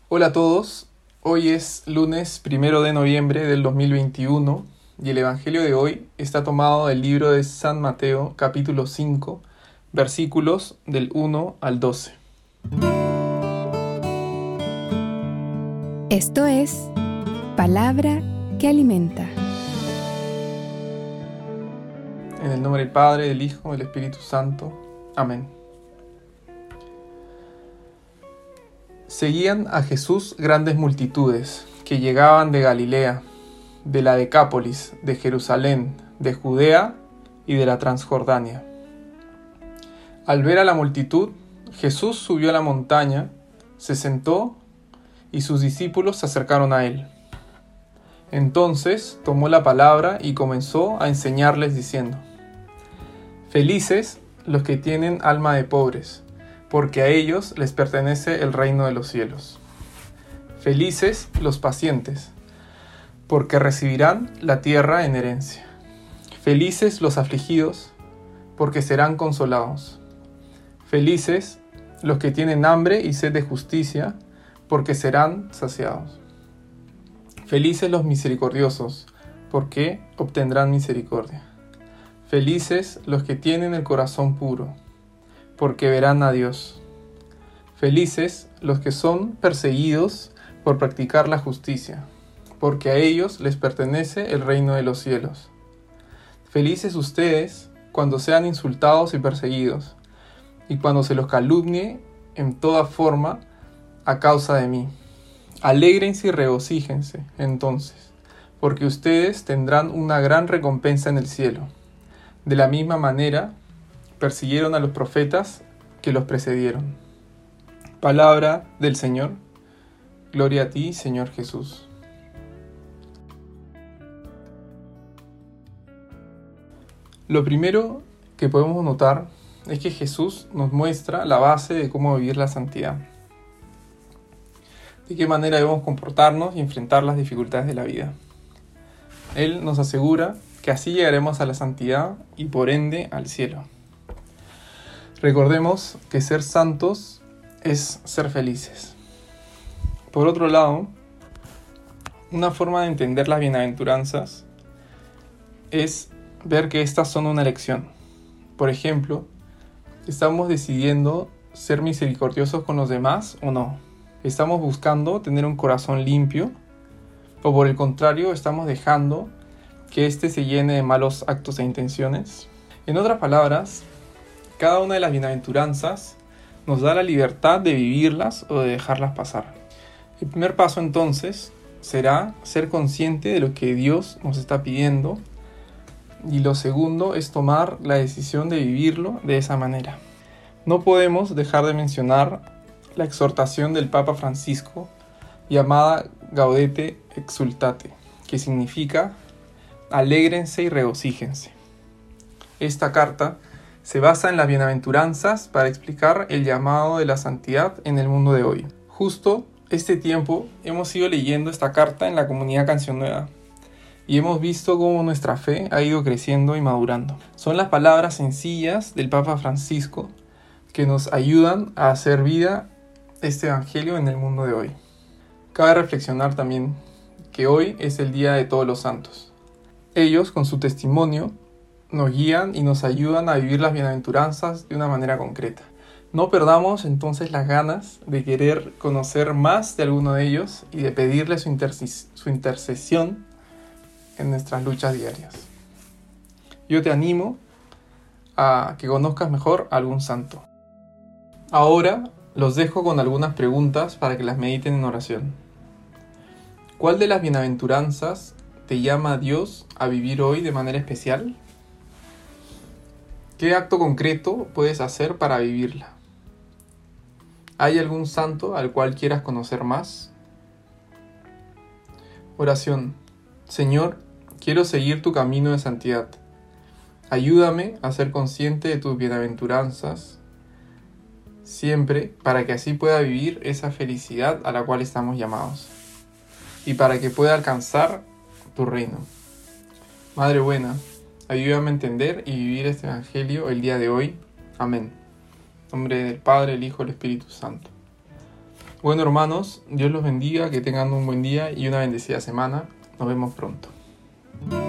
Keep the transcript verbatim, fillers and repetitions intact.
Hola a todos, hoy es lunes primero de noviembre del dos mil veintiuno y el Evangelio de hoy está tomado del libro de San Mateo capítulo cinco, versículos del uno al doce. Esto es Palabra que Alimenta. En el nombre del Padre, del Hijo y del Espíritu Santo. Amén. Seguían a Jesús grandes multitudes que llegaban de Galilea, de la Decápolis, de Jerusalén, de Judea y de la Transjordania. Al ver a la multitud, Jesús subió a la montaña, se sentó y sus discípulos se acercaron a él. Entonces tomó la palabra y comenzó a enseñarles diciendo: Felices los que tienen alma de pobres, porque a ellos les pertenece el reino de los cielos. Felices los pacientes, porque recibirán la tierra en herencia. Felices los afligidos, porque serán consolados. Felices los que tienen hambre y sed de justicia, porque serán saciados. Felices los misericordiosos, porque obtendrán misericordia. Felices los que tienen el corazón puro, porque verán a Dios. Felices los que son perseguidos por practicar la justicia, porque a ellos les pertenece el reino de los cielos. Felices ustedes cuando sean insultados y perseguidos, y cuando se los calumnie en toda forma a causa de mí. Alégrense y regocíjense entonces, porque ustedes tendrán una gran recompensa en el cielo. De la misma manera, persiguieron a los profetas que los precedieron. Palabra del Señor. Gloria a ti, Señor Jesús. Lo primero que podemos notar es que Jesús nos muestra la base de cómo vivir la santidad. De qué manera debemos comportarnos y enfrentar las dificultades de la vida. Él nos asegura que así llegaremos a la santidad y por ende al cielo. Recordemos que ser santos es ser felices. Por otro lado, una forma de entender las bienaventuranzas es ver que estas son una elección. Por ejemplo, ¿estamos decidiendo ser misericordiosos con los demás o no? ¿Estamos buscando tener un corazón limpio? ¿O por el contrario, estamos dejando que éste se llene de malos actos e intenciones? En otras palabras, cada una de las bienaventuranzas nos da la libertad de vivirlas o de dejarlas pasar. El primer paso entonces será ser consciente de lo que Dios nos está pidiendo, y lo segundo es tomar la decisión de vivirlo de esa manera. No podemos dejar de mencionar la exhortación del Papa Francisco llamada Gaudete Exsultate, que significa alégrense y regocíjense. Esta carta se basa en las bienaventuranzas para explicar el llamado de la santidad en el mundo de hoy. Justo este tiempo hemos ido leyendo esta carta en la comunidad Canción Nueva y hemos visto cómo nuestra fe ha ido creciendo y madurando. Son las palabras sencillas del Papa Francisco que nos ayudan a hacer vida este evangelio en el mundo de hoy. Cabe reflexionar también que hoy es el día de todos los santos. Ellos, con su testimonio, nos guían y nos ayudan a vivir las bienaventuranzas de una manera concreta. No perdamos entonces las ganas de querer conocer más de alguno de ellos y de pedirle su, interces- su intercesión en nuestras luchas diarias. Yo te animo a que conozcas mejor a algún santo. Ahora los dejo con algunas preguntas para que las mediten en oración. ¿Cuál de las bienaventuranzas te llama a Dios a vivir hoy de manera especial? ¿Qué acto concreto puedes hacer para vivirla? ¿Hay algún santo al cual quieras conocer más? Oración. Señor, quiero seguir tu camino de santidad. Ayúdame a ser consciente de tus bienaventuranzas siempre, para que así pueda vivir esa felicidad a la cual estamos llamados y para que pueda alcanzar tu reino. Madre buena, ayúdame a entender y vivir este evangelio el día de hoy. Amén. En nombre del Padre, el Hijo y el Espíritu Santo. Bueno, hermanos, Dios los bendiga, que tengan un buen día y una bendecida semana. Nos vemos pronto.